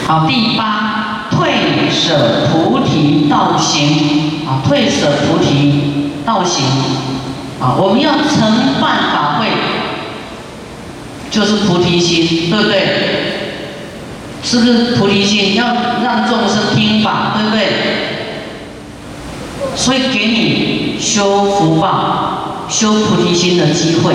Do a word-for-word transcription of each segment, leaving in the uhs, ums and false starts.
好，第八，退舍菩提道行啊，退舍菩提道行啊，我们要承办法会，就是菩提心，对不对？是不是菩提心要让众生听法，对不对？所以给你修福报、修菩提心的机会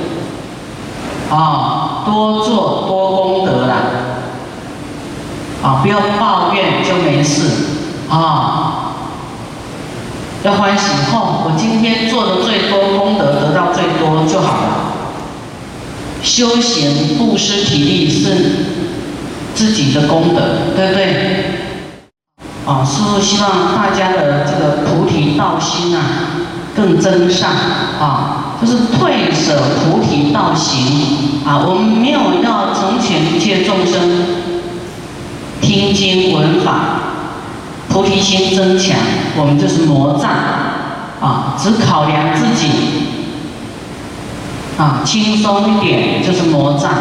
啊，多做多功德啦。啊，不要抱怨就没事啊，要欢喜哦！我今天做的最多，功德得到最多就好了。修行布施体力是自己的功德，对不对？啊，师父希望大家的这个菩提道心啊更增上啊，就是退舍菩提道行啊，我们没有要成全一切众生。听经闻法，菩提心增强，我们就是魔障啊！只考量自己啊，轻松一点就是魔障。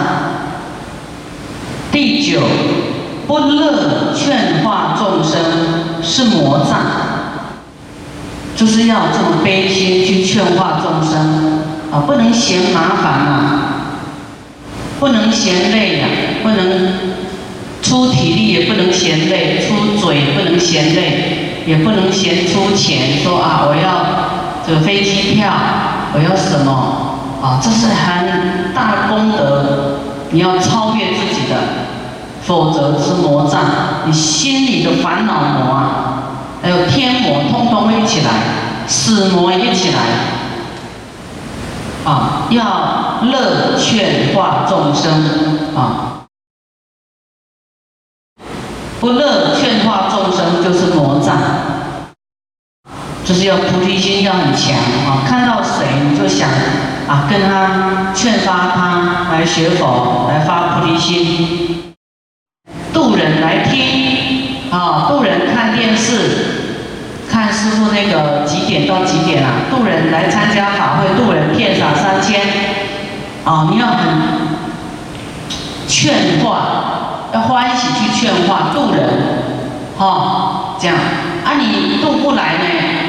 第九，不乐劝化众生是魔障，就是要这种悲心去劝化众生啊，不能嫌麻烦啊，不能嫌累呀、啊，不能。出体力也不能嫌累，出嘴不能嫌累，也不能嫌出钱。说啊，我要这个飞机票，我要什么啊？这是很大的功德，你要超越自己的，否则是魔障。你心里的烦恼魔啊，还有天魔，通通会一起来，死魔一起来。啊，要乐劝化众生啊。不乐劝化众生就是魔障，就是要菩提心要很强啊！看到谁你就想啊，跟他劝发他来学佛，来发菩提心，度人来听啊，度人看电视，看师父那个几点到几点啊？度人来参加法会，度人遍洒三千啊！你要很劝化。要欢喜去劝化度人，哈、哦，这样啊，你度不来呢，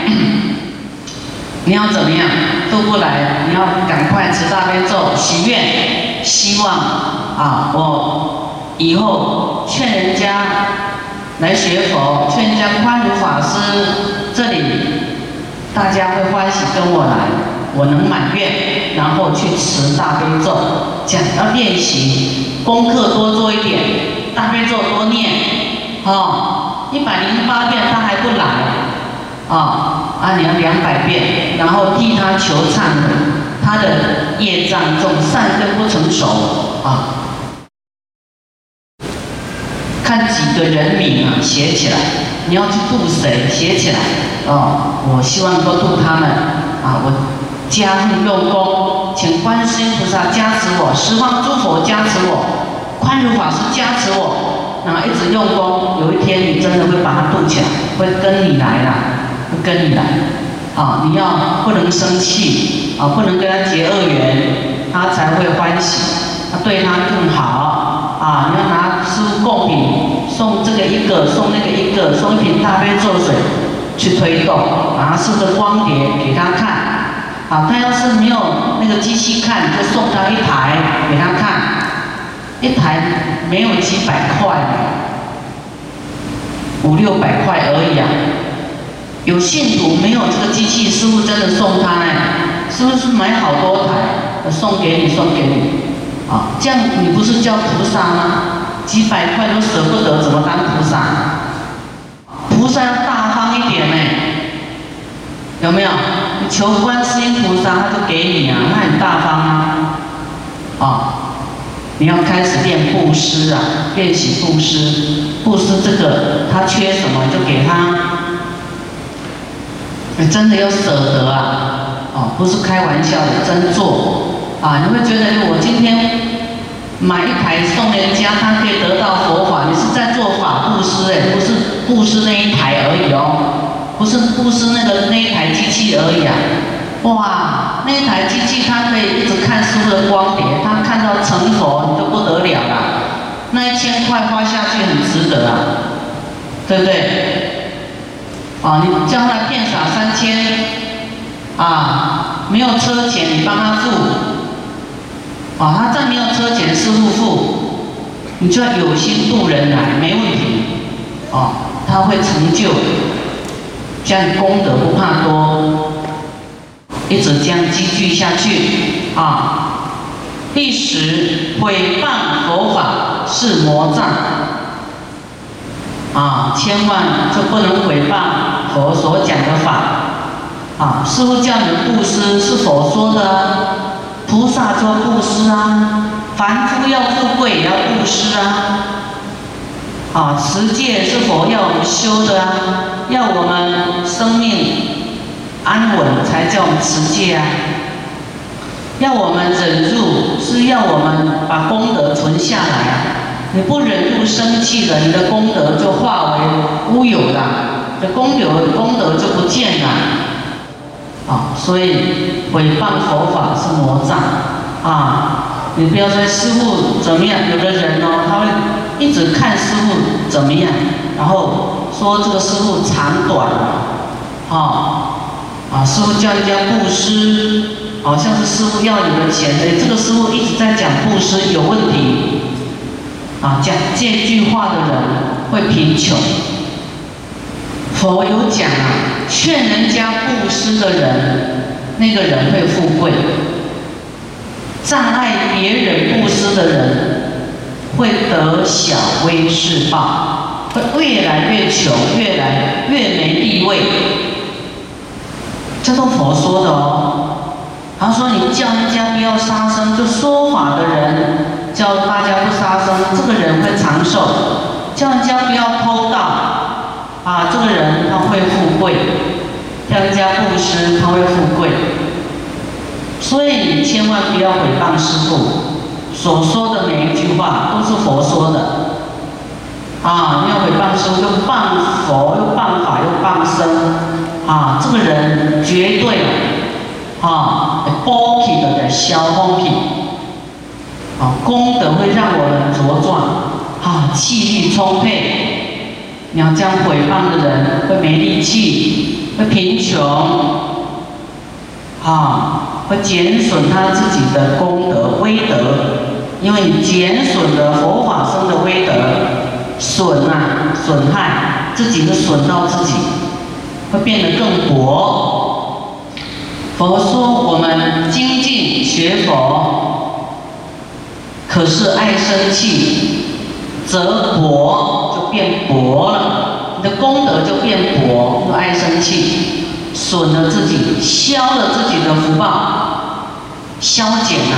你要怎么样？度不来，你要赶快持大悲咒，许愿，希望啊，我以后劝人家来学佛，劝人家宽如法师，这里大家会欢喜跟我来，我能满愿，然后去持大悲咒，这样要练习，功课多做一点。大悲咒多念，哦，一百零八遍他还不来，啊、哦，啊你要两百遍，然后替他求忏悔，他的业障重，善根不成熟啊。看几个人名啊，写起来，你要去度谁，写起来，哦，我希望多度他们啊，我加入用功，请观世音菩萨加持我，十方诸佛加持我。宽如法师加持我，然后一直用功，有一天你真的会把他度起来，会跟你来啦，会跟你来。啊，你要不能生气，啊，不能跟他结恶缘，他才会欢喜，啊，对他更好。啊，你要拿师父贡品，送这个一个，送那个一个，送一瓶大悲咒水去推动，拿师父的光碟给他看。啊，他要是没有那个机器看，就送他一台给他看。一台没有几百块，五六百块而已啊！有信徒没有这个机器，师父真的送他哎，是不是买好多台，送给你，送给你啊？这样你不是叫菩萨吗？几百块都舍不得，怎么当菩萨？菩萨要大方一点呢，有没有？你求观世音菩萨，他就给你啊，他很大方啊，啊！你要开始练布施啊，练习布施。布施这个他缺什么就给他，你真的要舍得啊！哦，不是开玩笑的，真做啊！你会觉得我今天买一台送人家，他可以得到佛法，你是在做法布施哎，不是布施那一台而已哦，不是布施那个那一台机器而已啊！哇，那一台机器它可以一直看师父的光碟，它看到成佛你就不得了了， 那一千块花下去很值得啊，对不对？啊，你叫他来骗傻三千，啊，没有车钱你帮他付，啊，他再没有车钱师傅付，你就要有心度人来，没问题，啊，他会成就，这样功德不怕多，一直这样积聚下去，啊。第十，毁谤佛法是魔障，啊，千万就不能毁谤佛所讲的法，啊，师父叫你布施是佛说的啊，菩萨做布施啊，凡夫要富贵也要布施啊，啊，持戒是佛要我们修的啊，要我们生命安稳才叫我们持戒啊。要我们忍住，是要我们把功德存下来啊！你不忍住生气了，你的功德就化为乌有了，这功德功德就不见了。啊，所以毁谤佛法是魔障啊！你不要说师父怎么样，有的人哦，他会一直看师父怎么样，然后说这个师父长短啊啊，师父叫人家布施。好像是师父要你的钱，哎，这个师父一直在讲布施有问题，啊，讲这句话的人会贫穷。佛有讲啊，劝人家布施的人，那个人会富贵；障碍别人布施的人，会得小威势报，会越来越穷，越来越没地位。这都佛说的哦。他说：“你叫人家不要杀生，就说法的人叫大家不杀生，这个人会长寿；叫人家不要偷盗，啊，这个人他会富贵；叫人家布施，他会富贵。所以你千万不要毁谤师父所说的每一句话，都是佛说的。啊，你要毁谤师父，又谤佛，又谤法，又谤僧，啊，这个人绝对。”啊，波气的在消风气，啊，功德会让我们茁壮，啊，气力充沛。你要这样毁谤的人，会没力气，会贫穷，啊，会减损他自己的功德威德，因为你减损了佛法僧的威德，损啊，损害自己，就损到自己，会变得更薄。佛说我们精进学佛，可是爱生气，则薄就变薄了，你的功德就变薄，又爱生气，损了自己，消了自己的福报，消减了。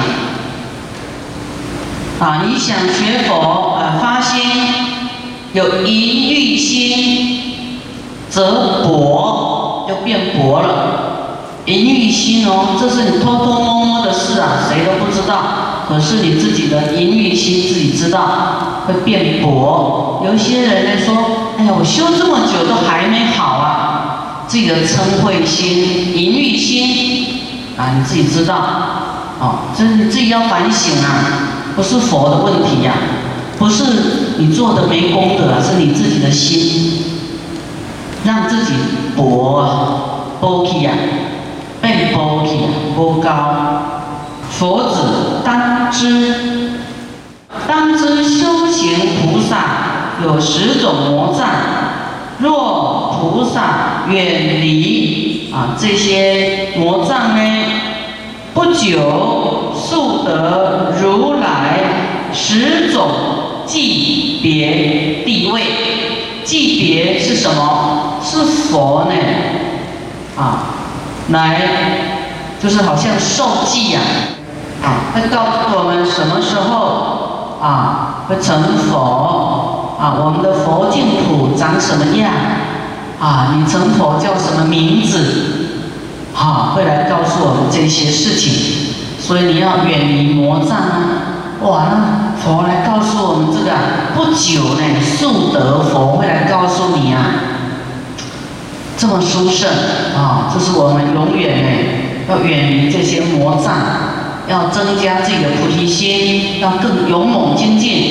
啊，你想学佛啊，发心有淫欲心，则薄就变薄了。淫欲心哦，这是你偷偷摸摸的事啊，谁都不知道。可是你自己的淫欲心自己知道，会变薄。有一些人呢说：“哎呀，我修这么久都还没好啊！”自己的嗔恚心、淫欲心啊，你自己知道。哦，这是你自己要反省啊，不是佛的问题呀、啊，不是你做的没功德啊，是你自己的心让自己薄啊，薄气啊。变薄气啊，不高。佛子当知，当知修行菩萨有十种魔障。若菩萨远离啊这些魔障呢，不久速得如来十种记别地位。记别是什么？是佛呢？啊。来，就是好像受记呀、啊，啊，会告诉我们什么时候啊会成佛啊，我们的佛净土长什么样啊，你成佛叫什么名字啊，会来告诉我们这些事情，所以你要远离魔障啊！哇，那佛来告诉我们这个、啊，不久呢，速得佛会来告诉你啊。这么殊胜啊！这是我们永远呢要远离这些魔障，要增加自己的菩提心，要更勇猛精进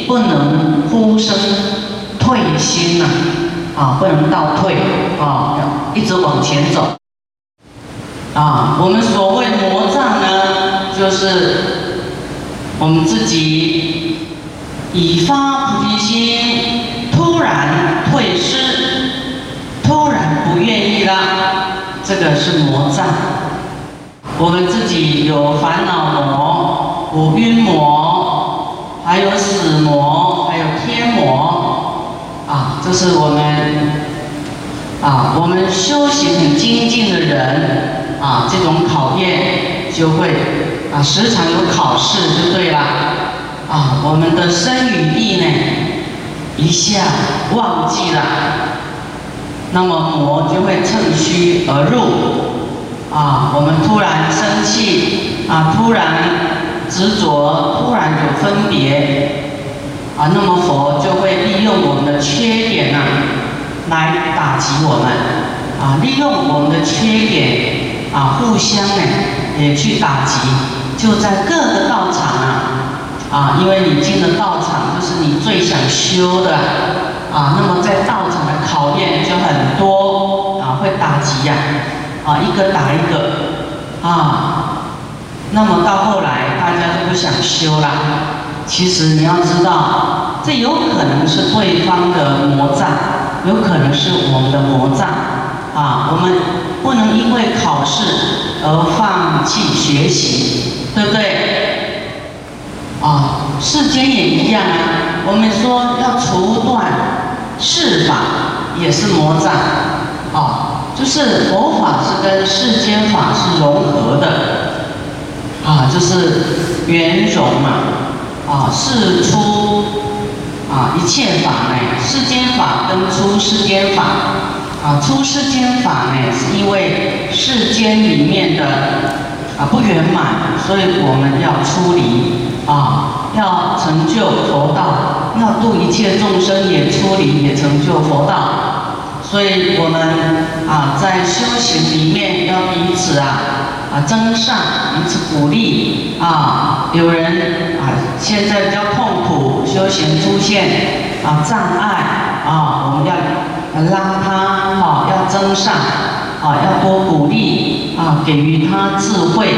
不能忽生退心呐，啊，不能倒退啊，要一直往前走。啊，我们所谓魔障呢，就是我们自己已发菩提心，突然退失，突然不愿意啦，这个是魔障。我们自己有烦恼魔、五蕴魔，还有死魔，还有天魔，啊，这是我们啊，我们修行很精进的人啊，这种考验就会啊，时常有考试就对了啊。我们的身语意呢，一下忘记了，那么魔就会趁虚而入。啊，我们突然生气啊，突然执着，突然有分别啊，那么佛就会利用我们的缺点呐、啊，来打击我们啊，利用我们的缺点啊，互相呢也去打击，就在各个道场啊啊，因为你进了道场，就是你最想修的啊，那么在道场的考验就很多啊，会打击呀、啊。啊，一个打一个，啊，那么到后来大家都不想修了。其实你要知道，这有可能是对方的魔障，有可能是我们的魔障。啊，我们不能因为考试而放弃学习，对不对？啊，世间也一样啊。我们说要除断世法，也是魔障，啊。就是佛法是跟世间法是融合的，啊，就是圆融嘛，啊，世出啊一切法呢，世间法跟出世间法，啊，出世间法呢是因为世间里面的啊不圆满，所以我们要出离啊，要成就佛道，要度一切众生也出离也成就佛道。所以我们啊，在修行里面要彼此啊啊增上，彼此鼓励啊。有人啊现在比较痛苦，修行出现啊障碍啊，我们要拉他啊，要增上啊，要多鼓励啊，给予他智慧。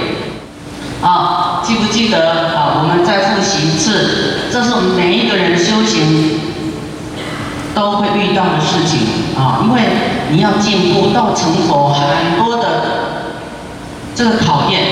啊，记不记得啊？我们再复习一次，这是我们每一个人修行都会遇到的事情啊，因为你要进步到成佛，很多的这个考验，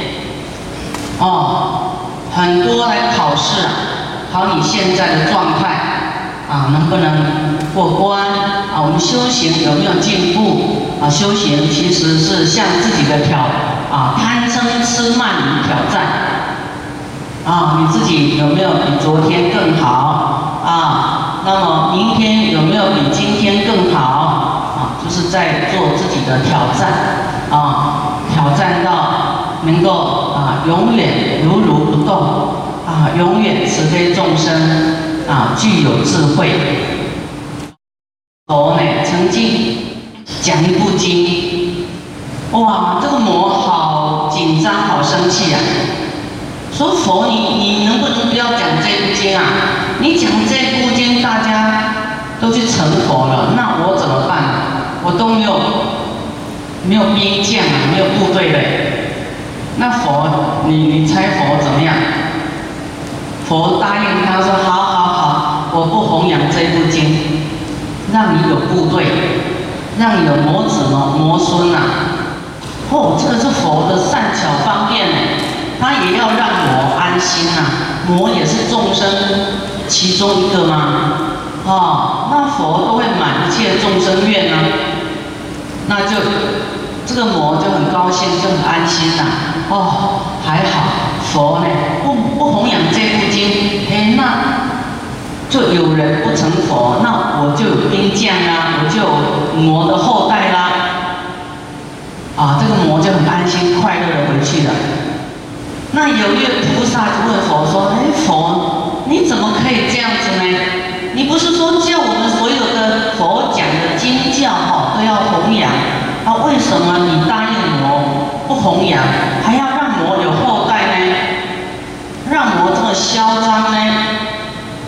哦，很多来考试啊，考你现在的状态啊，能不能过关啊？我们修行有没有进步啊？修行其实是向自己的挑啊贪嗔痴慢疑挑战啊，你自己有没有比昨天更好啊？那么明天有没有比今天更好啊？就是在做自己的挑战啊，挑战到能够啊永远如如不动啊，永远慈悲众生啊，具有智慧。佛呢曾经讲一部经，哇，这个魔好紧张，好生气啊！说佛你你能不能不要讲这部经啊？你讲这部经，大家都去成佛了，那我怎么办？我都没有没有兵将啊，没有部队嘞。那佛，你你猜佛怎么样？佛答应他说：好好好，我不弘扬这部经，让你有部队，让你有魔子魔魔孙啊。哦，这个是佛的善巧方便呢，他也要让魔安心啊。魔也是众生其中一个吗？哦，那佛都会满一切众生愿啊，那就这个魔就很高兴，就很安心啦、啊。哦，还好佛呢不不弘扬这部经，哎，那就有人不成佛，那我就有兵将啦，我就有魔的后代啦。啊，这个魔就很安心快乐的回去了。那有一位菩萨就问佛说：哎，佛，你怎么可以这样子呢？你不是说叫我们所有的佛讲的经教哈都要弘扬？那为什么你答应魔不弘扬，还要让魔有后代呢？让魔这么嚣张呢？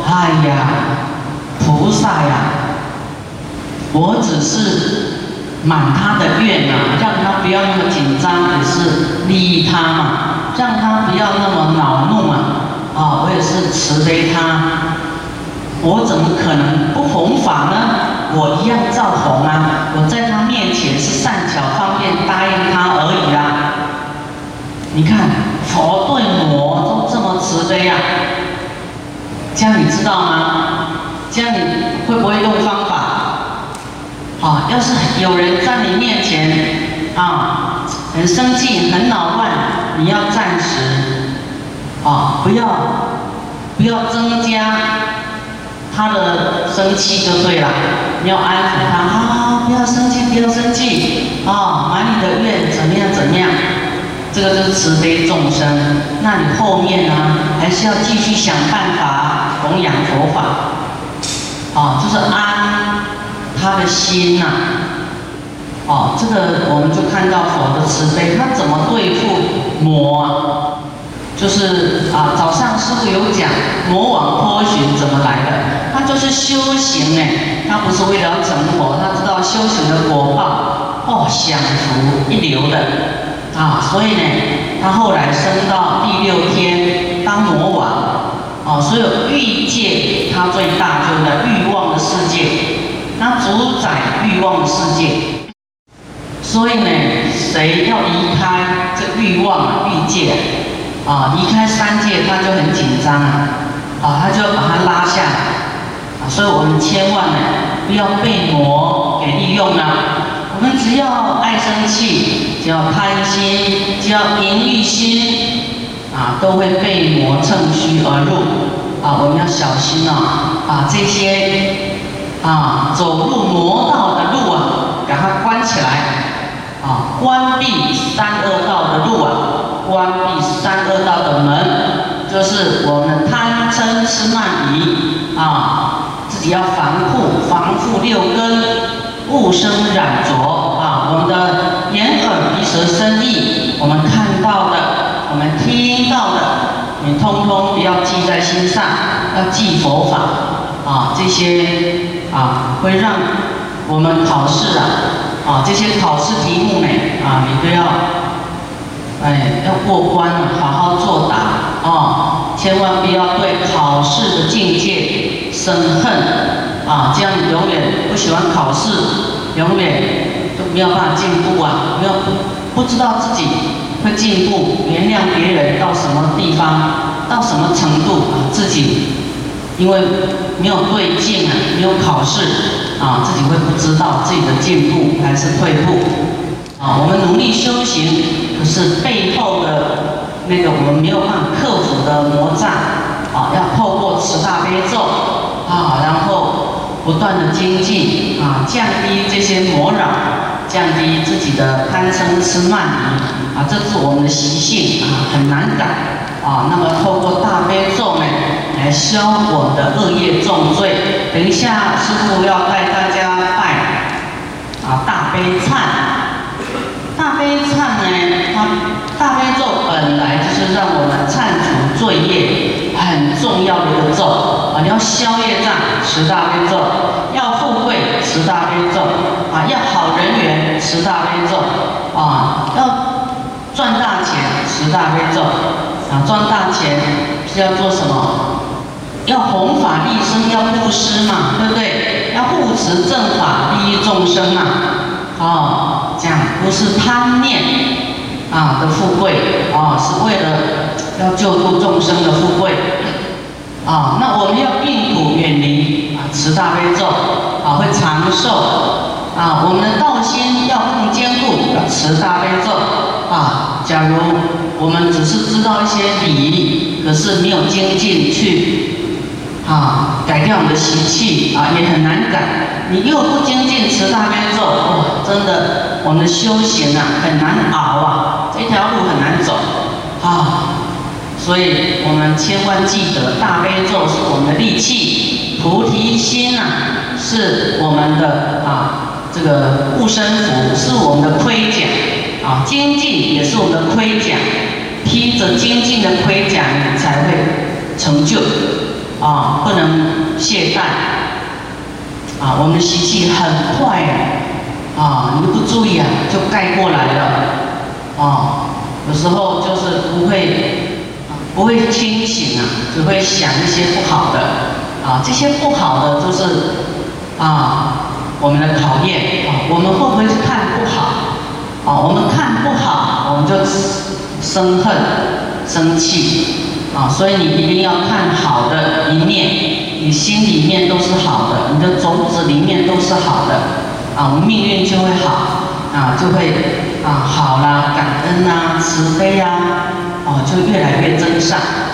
哎呀，菩萨呀，我只是满他的愿啊，让他不要那么紧张，也是利益他嘛，让他不要那么恼怒嘛。啊，我也是慈悲他，我怎么可能不弘法呢？我一样照弘啊，我在他面前是善巧方便答应他而已啦。你看佛对魔都这么慈悲啊，这样你知道吗？这样你会不会用方法？啊，要是有人在你面前啊很生气、很恼乱，你要暂时啊，不要不要增加他的生气就对了，你要安抚他啊，不要生气，不要生气啊，满你的愿怎么样怎么样，这个就是慈悲众生。那你后面呢，还是要继续想办法弘扬佛法，啊，就是安他的心呐、啊，哦，这个我们就看到佛的慈悲，他怎么对付魔啊？就是啊，早上师父有讲魔往波旬怎么来的，他就是修行哎，他不是为了要成佛，他知道修行的果报，哦，享福一流的啊，所以呢，他后来升到第六天当魔王，哦，所有欲界他最大就是在欲望的世界，他主宰欲望的世界，所以呢，谁要离开这欲望啊欲界啊？啊，离开三界他就很紧张啊，啊，他就把他拉下来，啊，所以我们千万呢不要被魔给利用了。我们只要爱生气，只要贪心，只要淫欲心，啊，都会被魔趁虚而入。啊，我们要小心哦，啊，这些啊走入魔道的路啊，给它关起来。啊，关闭三恶道的路啊，关闭三恶道的门，就是我们贪嗔痴慢疑啊，自己要防护，防护六根，勿生染着啊。我们的眼耳鼻舌身意，我们看到的，我们听到的，你通通不要记在心上，要记佛法啊。这些啊，会让我们考试啊。啊，这些考试题目呢，啊，你都要，哎，要过关了，好好作答啊，千万不要对考试的境界生恨啊，这样你永远不喜欢考试，永远都没有办法进步啊，没有不知道自己会进步，原谅别人到什么地方，到什么程度啊，自己因为没有对境啊，没有考试。啊，自己会不知道自己的进步还是退步。啊，我们努力修行，可是背后的那个我们没有办法克服的魔障，啊，要透过持大悲咒，啊，然后不断的精进，啊，降低这些魔扰，降低自己的贪嗔痴慢疑，啊，这是我们的习性，啊，很难改。啊，那么透过大悲咒呢，来消我们的恶业重罪。等一下，师父要带大家拜啊大悲忏。大悲忏呢，它大悲咒本来就是让我们忏除罪业很重要的一个咒啊。你要消业障，持大悲咒；要富贵，持大悲咒啊；要好人缘，持大悲咒啊；要赚大钱，持大悲咒。啊，赚大钱是要做什么？要弘法利生，要布施嘛，对不对？要护持正法，利益众生嘛。哦，这样不是贪念啊的富贵，哦，是为了要救度众生的富贵。啊，那我们要病苦远离啊，持大悲咒啊，会长寿啊。我们的道心要更坚固，要持大悲咒啊。假如我们只是知道一些理，可是没有精进去啊改掉我们的习气啊，也很难改。你又不精进持大悲咒，哦，真的我们的修行啊很难熬啊，这条路很难走啊。所以我们千万记得，大悲咒是我们的利器，菩提心啊是我们的啊这个护身符，是我们的盔甲。啊，精进也是我们的盔甲，披着精进的盔甲，你才会成就。 啊，不能懈怠啊，我们的习气很快啊，你不注意啊，就盖过来了啊，有时候就是不会不会清醒啊，只会想一些不好的啊，这些不好的就是啊我们的考验啊，我们会不会看不好啊？我们看不好，我们就生恨、生气。啊，所以你一定要看好的一面，你心里面都是好的，你的种子里面都是好的，啊，我们命运就会好，啊，就会啊好啦，感恩啦，慈悲呀，哦，就越来越增上。